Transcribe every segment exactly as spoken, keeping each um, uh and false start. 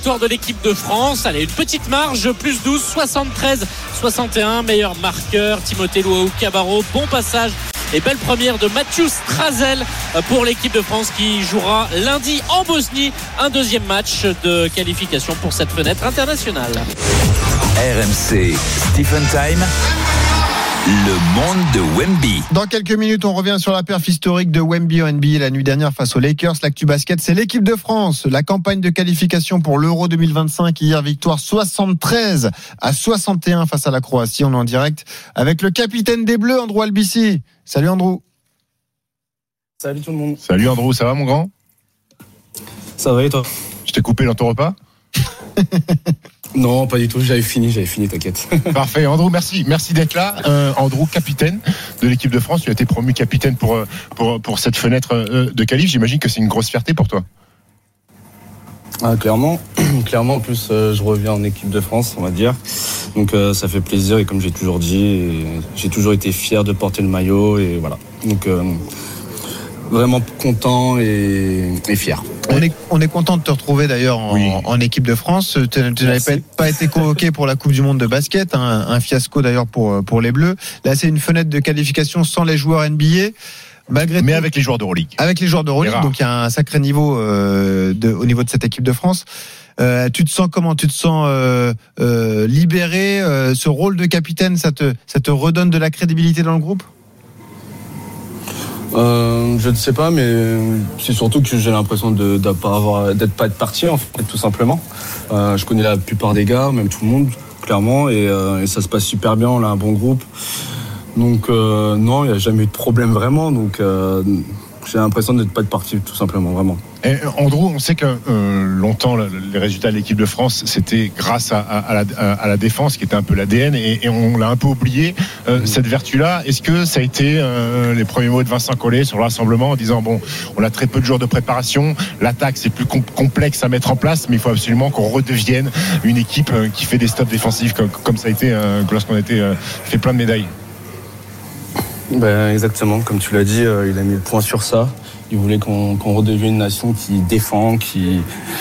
victoire de l'équipe de France. Allez, une petite marge, plus douze, soixante-treize soixante et un. Meilleur marqueur, Timothée Luaou-Cabarro. Bon passage et belle première de Mathieu Strazel pour l'équipe de France qui jouera lundi en Bosnie. Un deuxième match de qualification pour cette fenêtre internationale. R M C Stephen Time. Le monde de Wemby. Dans quelques minutes, on revient sur la perf historique de Wemby en N B A la nuit dernière face aux Lakers. L'actu basket, c'est l'équipe de France. La campagne de qualification pour l'Euro deux mille vingt-cinq. Hier, victoire soixante-treize à soixante et un face à la Croatie. On est en direct avec le capitaine des Bleus, Andrew Albici. Salut Andrew. Salut tout le monde. Salut Andrew, ça va mon grand ? Ça va et toi ? Je t'ai coupé dans ton repas ? Non, pas du tout, j'avais fini, j'avais fini, t'inquiète. Parfait, Andrew, merci, merci d'être là. Euh, Andrew, capitaine de l'équipe de France, tu as été promu capitaine pour, pour, pour cette fenêtre de qualif. J'imagine que c'est une grosse fierté pour toi. Ah, clairement, clairement, en plus, euh, je reviens en équipe de France, on va dire. Donc euh, ça fait plaisir et comme j'ai toujours dit, j'ai toujours été fier de porter le maillot et voilà. Donc euh, vraiment content et, et fier. On est, on est content de te retrouver d'ailleurs en, oui. en équipe de France. Tu, tu n'avais pas, pas été convoqué pour la Coupe du Monde de basket, hein, un fiasco d'ailleurs pour, pour les Bleus. Là, c'est une fenêtre de qualification sans les joueurs N B A. Malgré Mais tout, avec les joueurs d'Euroleague. Avec les joueurs d'Euroleague, donc il y a un sacré niveau euh, de, au niveau de cette équipe de France. Euh, tu te sens comment ? Tu te sens euh, euh, libéré euh, ce rôle de capitaine, ça te, ça te redonne de la crédibilité dans le groupe ? Euh, je ne sais pas, mais c'est surtout que j'ai l'impression de ne pas avoir, d'être pas être parti en fait, tout simplement. Euh, je connais la plupart des gars, même tout le monde, clairement, et, euh, et ça se passe super bien. On a un bon groupe, donc euh, non, il n'y a jamais eu de problème vraiment. Donc euh, j'ai l'impression de ne pas être parti, tout simplement, vraiment. Et Andrew, on sait que euh, longtemps les résultats de l'équipe de France c'était grâce à, à, à, la, à la défense qui était un peu l'A D N et, et on l'a un peu oublié euh, mmh. cette vertu-là. Est-ce que ça a été euh, les premiers mots de Vincent Collet sur le rassemblement en disant bon, on a très peu de jours de préparation, l'attaque c'est plus com- complexe à mettre en place, mais il faut absolument qu'on redevienne une équipe euh, qui fait des stops défensifs comme, comme ça a été euh, lorsqu'on a été euh, fait plein de médailles. Ben exactement, comme tu l'as dit, euh, il a mis le point sur ça. Il voulait qu'on, qu'on redevienne une nation qui défend, qui,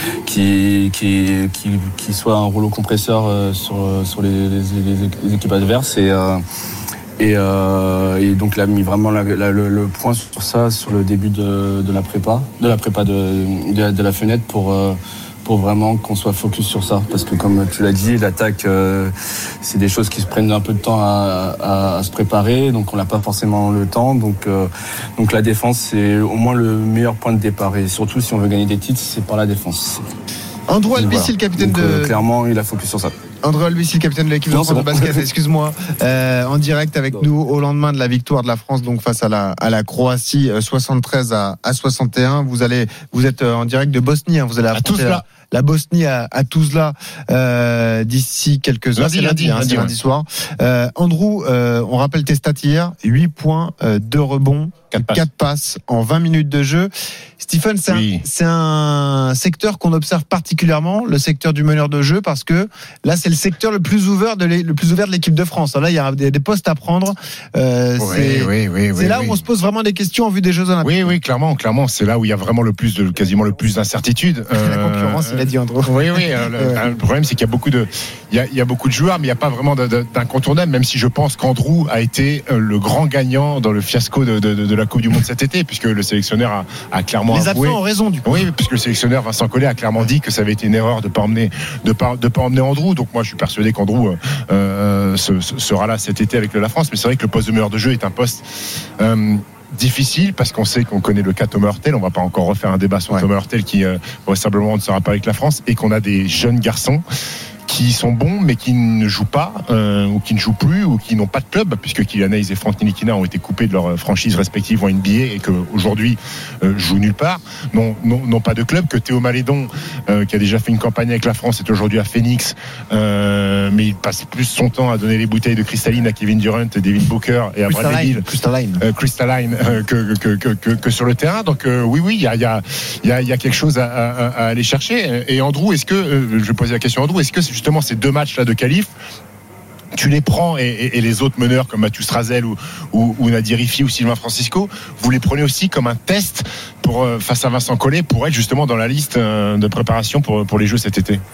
qui, qui, qui, qui soit un rouleau compresseur euh, sur, sur les, les, les équipes adverses. Et, euh, et, euh, et donc, il a mis vraiment la, la, le, le point sur ça, sur le début de, de la prépa, de la prépa de, de, de la fenêtre pour. Euh, pour vraiment qu'on soit focus sur ça. Parce que comme tu l'as dit, l'attaque, euh, c'est des choses qui se prennent un peu de temps à, à, à se préparer, donc on n'a pas forcément le temps. Donc, euh, donc la défense, c'est au moins le meilleur point de départ. Et surtout, si on veut gagner des titres, c'est par la défense. Andrew Albici, voilà. Le capitaine donc, de... Euh, clairement, il a focus sur ça. Andrew Albici, le capitaine de l'équipe de France de basket, excuse-moi, euh, en direct avec nous au lendemain de la victoire de la France donc face à la à la Croatie soixante-treize à soixante et un. Vous allez vous êtes en direct de Bosnie, hein, vous allez affronter la, la Bosnie à, à Tuzla euh, d'ici quelques heures. Lundi, lundi, hein, lundi, lundi ouais. soir. Euh, Andrew, euh, on rappelle tes stats hier, huit points, euh, deux rebonds, quatre passes en vingt minutes de jeu. Stephen, c'est, oui. un, c'est un secteur qu'on observe particulièrement, le secteur du meneur de jeu, parce que là, c'est le secteur le plus ouvert de, le plus ouvert de l'équipe de France. Là, il y a des, des postes à prendre. Euh, oui, c'est oui, oui, c'est oui, là oui. où on se pose vraiment des questions en vue des Jeux Olympiques. Oui, oui, clairement, clairement, c'est là où il y a vraiment le plus de, quasiment le plus d'incertitudes. Euh, la concurrence, il a dit Andrew. Oui, oui. Euh, le, euh. le problème, c'est qu'il y a beaucoup de, il y a, il y a beaucoup de joueurs, mais il n'y a pas vraiment de, de, d'incontournable. Même si je pense qu'Andrew a été le grand gagnant dans le fiasco de, de, de, de la Coupe du Monde cet été, puisque le sélectionneur a, a clairement les avoué. Les absents ont raison du coup. Oui, puisque le sélectionneur Vincent Collet a clairement dit que ça avait été une erreur de pas emmener, de pas, de pas emmener Andrew. Donc moi, je suis persuadé qu'Andrew euh, se, se, sera là cet été avec la France. Mais c'est vrai que le poste de meneur de jeu est un poste euh, difficile parce qu'on sait qu'on connaît le cas Thomas Hurtel. On va pas encore refaire un débat sur ouais. Thomas Hurtel qui euh, vraisemblablement ne sera pas avec la France et qu'on a des jeunes garçons qui sont bons mais qui ne jouent pas euh, ou qui ne jouent plus ou qui n'ont pas de club, puisque Kylian Hayes et Franck Ntilikina ont été coupés de leurs franchises respectives en N B A et qu'aujourd'hui euh, jouent nulle part, n'ont, n'ont, n'ont pas de club, que Théo Malédon euh, qui a déjà fait une campagne avec la France est aujourd'hui à Phoenix, euh, mais il passe plus son temps à donner les bouteilles de cristalline à Kevin Durant et Devin Booker et à Bradley Beal Crystalline euh, Crystalline euh, que, que, que, que, que sur le terrain. Donc euh, oui oui il y a, y, a, y, a, y a quelque chose à, à, à aller chercher. Et Andrew, est-ce que euh, je vais poser la question à Andrew, est-ce que c'est justement ces deux matchs là de qualif tu les prends et, et, et les autres meneurs comme Mathieu Strazel ou, ou, ou Nadir Rifi ou Sylvain Francisco, vous les prenez aussi comme un test pour, euh, face à Vincent Collet pour être justement dans la liste euh, de préparation pour, pour les Jeux cet été.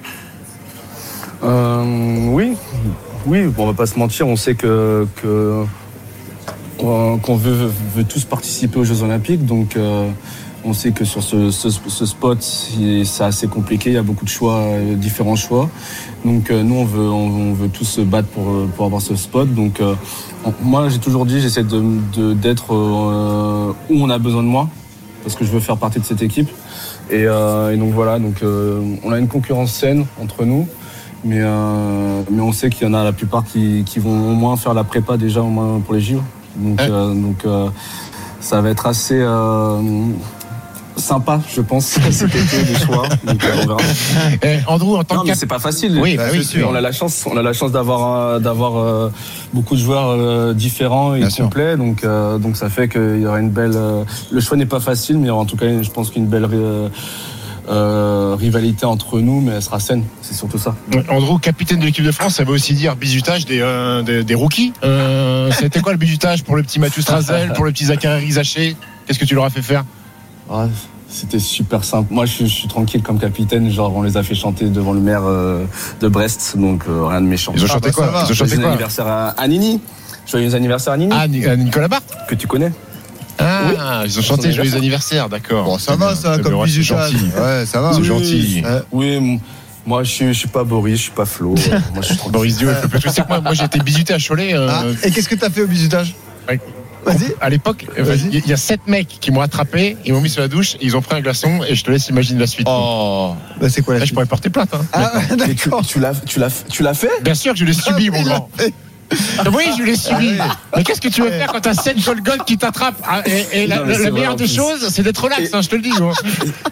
euh, Oui, oui, bon, on va pas se mentir, on sait que, que qu'on veut, veut tous participer aux Jeux Olympiques, donc euh, on sait que sur ce, ce, ce spot, c'est assez compliqué, il y a beaucoup de choix, différents choix. Donc euh, nous, on veut, on, on veut tous se battre pour, pour avoir ce spot. Donc euh, on, moi, j'ai toujours dit, j'essaie de, de, d'être euh, où on a besoin de moi, parce que je veux faire partie de cette équipe. Et, euh, et donc voilà, donc, euh, on a une concurrence saine entre nous. Mais, euh, mais on sait qu'il y en a la plupart qui, qui vont au moins faire la prépa déjà au moins pour les J O. Donc, ouais. euh, donc euh, ça va être assez... Euh, sympa, je pense, cet été, les choix. Donc, on verra. Eh, Andrew, en tant non, que mais c'est pas facile. Oui, bah, oui, sûr. On a la chance, on a la chance d'avoir, d'avoir euh, beaucoup de joueurs euh, différents et bien complets. Sûr. Donc, euh, donc ça fait qu'il y aura une belle. Euh, le choix n'est pas facile, mais en tout cas, je pense qu'une belle. Euh, Euh, rivalité entre nous, mais elle sera saine, c'est surtout ça. Andrew, capitaine de l'équipe de France, ça veut aussi dire bizutage des, euh, des, des rookies. Euh, C'était quoi le bizutage pour le petit Mathieu Strazel, pour le petit Zachary Rizaché? Qu'est-ce que tu leur as fait faire? ah, C'était super simple. Moi, je, je suis tranquille comme capitaine. Genre, on les a fait chanter devant le maire euh, de Brest, donc euh, rien de méchant. Ils ont chanté ah, bah, quoi Ils ont chanté Joyeux quoi anniversaire à, à Nini. Joyeux anniversaire à Nini. Ah, Nicolas Barthes, que tu connais. Ah, oui. Ils ont chanté joyeux anniversaire, d'accord. Bon, ça va, ça, comme bizutage. Ouais, ça va. C'est gentil. Euh, oui, moi, je suis, je suis pas Boris, je suis pas Flo. Moi, je suis Boris Dio, il peut plus. Moi, moi, j'ai été bizuté à Cholet. Euh... Ah, et qu'est-ce que t'as fait au bizutage? Vas-y. À l'époque, il y a sept mecs qui m'ont attrapé, ils m'ont mis sur la douche, ils ont pris un glaçon et je te laisse imaginer la suite. Oh, bah c'est quoi la Là, suite? je pourrais porter plainte. Hein. Ah, d'accord. Tu, tu l'as, tu l'as, tu l'as fait? Bien sûr que je l'ai subi, ah, mon grand. Oui, je l'ai subi. Ah, oui. Mais qu'est-ce que tu veux faire quand t'as sept Golgoth qui t'attrapent? Et, et non, la, la meilleure des choses, c'est d'être relax, et... hein, je te le dis. Moi.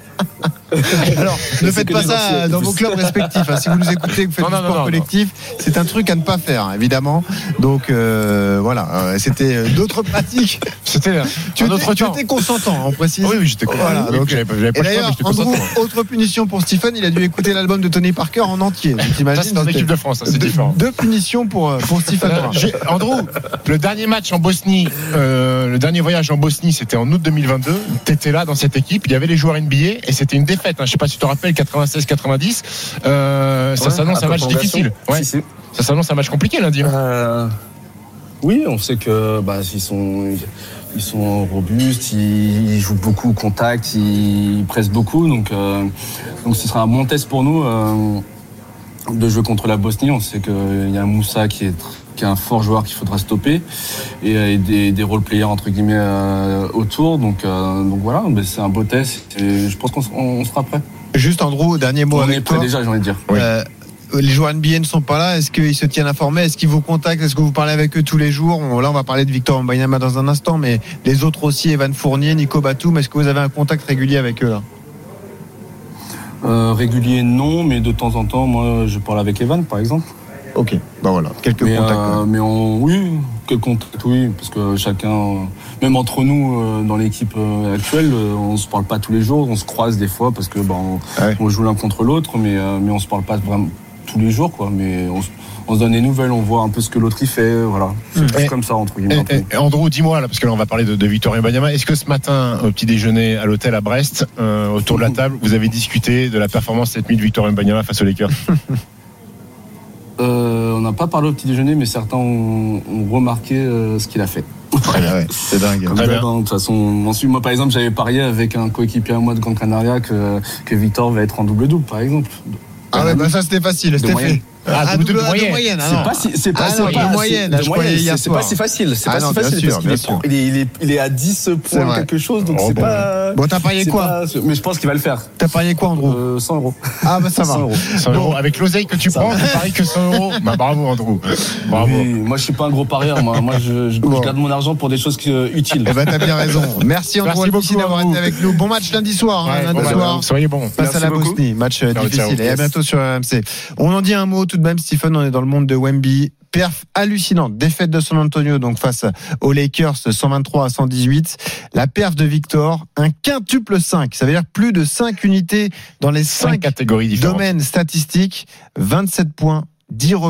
Alors, ne faites pas ça dans vos clubs respectifs. Hein. Si vous nous écoutez, vous faites non, du non, sport non, collectif, non. c'est un truc à ne pas faire, évidemment. Donc euh, voilà, euh, c'était d'autres pratiques. C'était tu, étais, tu étais consentant, on précise. Oui, oui, j'étais consentant. Voilà, donc, j'avais, j'avais pas et d'ailleurs, temps, Andrew, autre punition pour Stephen, il a dû écouter l'album de Tony Parker en entier. Ça, c'est dans l'équipe de France, ça, c'est deux, différent. Deux punitions pour, pour Stephen. Euh, Andrew, le dernier match en Bosnie, euh, le dernier voyage en Bosnie, c'était en août deux mille vingt-deux. T'étais là dans cette équipe, il y avait les joueurs N B A et c'était une défaite. Hein. Je sais pas si tu te rappelles, quatre-vingt-seize quatre-vingt-dix. Euh, ça ouais, s'annonce un match difficile. Ouais. Si, si. Ça s'annonce un match compliqué lundi. Euh, oui, on sait que bah, ils sont, ils sont robustes, ils, ils jouent beaucoup au contact, ils pressent beaucoup. Donc, euh, donc ce sera un bon test pour nous euh, de jouer contre la Bosnie. On sait qu'il y a Moussa qui est qui est un fort joueur qu'il faudra stopper et, et des, des role players entre guillemets euh, autour. Donc, euh, donc voilà, mais c'est un beau test. Et je pense qu'on on sera prêt. Juste Andrew, dernier mot on avec est prêt toi. Déjà, j'ai envie de dire. Oui. Euh, les joueurs N B A ne sont pas là. Est-ce qu'ils se tiennent informés? Est-ce qu'ils vous contactent? Est-ce que vous parlez avec eux tous les jours? on, Là, on va parler de Victor Wembanyama dans un instant, mais les autres aussi, Evan Fournier, Nico Batum, est-ce que vous avez un contact régulier avec eux là? euh, Régulier, non, mais de temps en temps, moi, je parle avec Evan, par exemple. Ok, ben voilà, quelques mais, contacts. Euh, mais on, oui, quelques contacts, oui, parce que chacun, même entre nous, euh, dans l'équipe euh, actuelle, euh, on se parle pas tous les jours, on se croise des fois parce que ben, on, ah ouais. on joue l'un contre l'autre, mais euh, mais on se parle pas vraiment tous les jours, quoi. Mais on, on se donne des nouvelles, on voit un peu ce que l'autre il fait, voilà. C'est et, comme ça entre guillemets. Et, et, Andrew, dis-moi là, parce que là on va parler de, de Victor Wembanyama. Est-ce que ce matin, au petit déjeuner à l'hôtel à Brest, euh, autour de la table, vous avez discuté de la performance cette nuit de Victor Wembanyama face aux Lakers? Euh, on n'a pas parlé au petit déjeuner, mais certains ont, ont remarqué euh, ce qu'il a fait. Très bien, ouais. C'est dingue. Très bien. De toute façon, moi par exemple, j'avais parié avec un coéquipier à moi de Gran Canaria que, que Victor va être en double-double, par exemple. Ah ouais, bah ça c'était facile, c'était fait. Ah, ah, double de moyenne. moyenne c'est pas si, c'est pas, ah, c'est non, pas de moyenne. C'est, de moyenne, c'est, c'est pas si facile. C'est ah pas non, si facile sûr, parce qu'il est, il est, il est, il est à dix points quelque chose, donc oh, c'est bon. pas. Bon, t'as parié quoi pas, mais je pense qu'il va le faire. T'as parié quoi, Andrew? euh, cent euros. Ah bah ça va. cent euros. cent euros. Avec l'oseille que tu ça prends, tu paries que cent euros. Bah bravo, Andrew. Bravo. Oui, moi je suis pas un gros parieur. Moi, moi je, je, bon. je garde mon argent pour des choses utiles. Eh ben t'as bien raison. Merci Andrew Albici d'avoir été avec nous. Bon match lundi soir. Lundi soir. Soyez bons. Face à la Bosnie, match difficile. Et à bientôt sur R M C. On en dit un mot tout de même, Stephen. On est dans le monde de Wemby. Perf hallucinante, défaite de San Antonio donc face aux Lakers cent vingt-trois à cent dix-huit. La perf de Victor, un quintuple cinq, ça veut dire plus de cinq unités dans les cinq catégories différentes. Domaines statistiques, vingt-sept points, dix rebonds,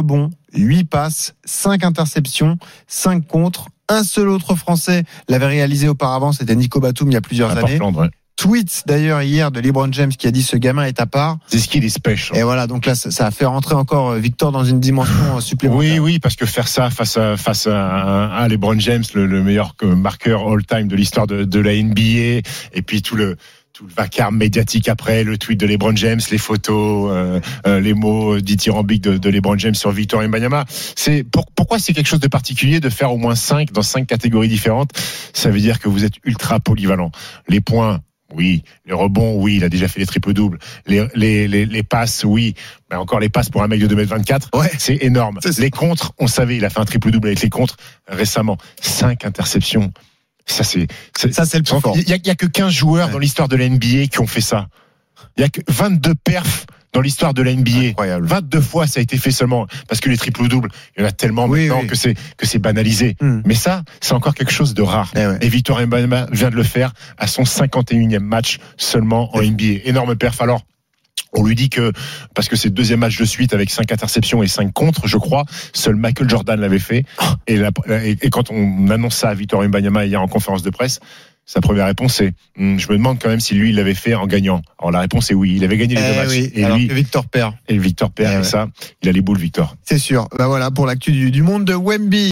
huit passes, cinq interceptions, cinq contres. Un seul autre Français l'avait réalisé auparavant, c'était Nico Batum il y a plusieurs à années. Portland, ouais. Tweet d'ailleurs hier de LeBron James qui a dit ce gamin est à part. C'est ce qu'il est special. Et voilà, donc là ça a fait rentrer encore Victor dans une dimension supplémentaire. Oui, oui, parce que faire ça face à face à, à LeBron James, le, le meilleur marqueur all-time de l'histoire de, de la N B A, et puis tout le tout le vacarme médiatique après, le tweet de LeBron James, les photos, euh, euh, les mots dithyrambiques de, de LeBron James sur Victor Wembanyama. C'est pour, pourquoi c'est quelque chose de particulier de faire au moins cinq dans cinq catégories différentes. Ça veut dire que vous êtes ultra polyvalent. Les points. Oui, les rebonds, oui, il a déjà fait les triples-doubles. Les, les, les, les passes, oui. Mais encore les passes pour un mec de deux mètres vingt-quatre, ouais, c'est énorme. C'est les contres, on savait, il a fait un triple-double avec les contres récemment. Cinq interceptions. Ça, c'est, c'est ça, c'est le plus fort. Il y a, il y a que quinze joueurs ouais. dans l'histoire de la N B A qui ont fait ça. Il y a que vingt-deux perfs dans l'histoire de la N B A. Incroyable. vingt-deux fois ça a été fait seulement parce que les triples doubles, il y en a tellement oui, maintenant oui. que c'est que c'est banalisé. Mm. Mais ça, c'est encore quelque chose de rare. Et, ouais. et Victor Wembanyama vient de le faire à son cinquante et unième match seulement en ouais. N B A. Énorme perf. Alors, on lui dit que, parce que c'est le deuxième match de suite avec cinq interceptions et cinq contres, je crois, seul Michael Jordan l'avait fait. Et, la, et, et quand on annonce ça à Victor Wembanyama hier en conférence de presse, sa première réponse c'est hm, je me demande quand même si lui il l'avait fait en gagnant. Alors la réponse est oui, il avait gagné les eh deux matchs. Oui, et alors lui, que Victor perd. Et Victor perd, eh et ouais. ça, il a les boules, Victor. C'est sûr. Ben voilà pour l'actu du, du monde de Wemby.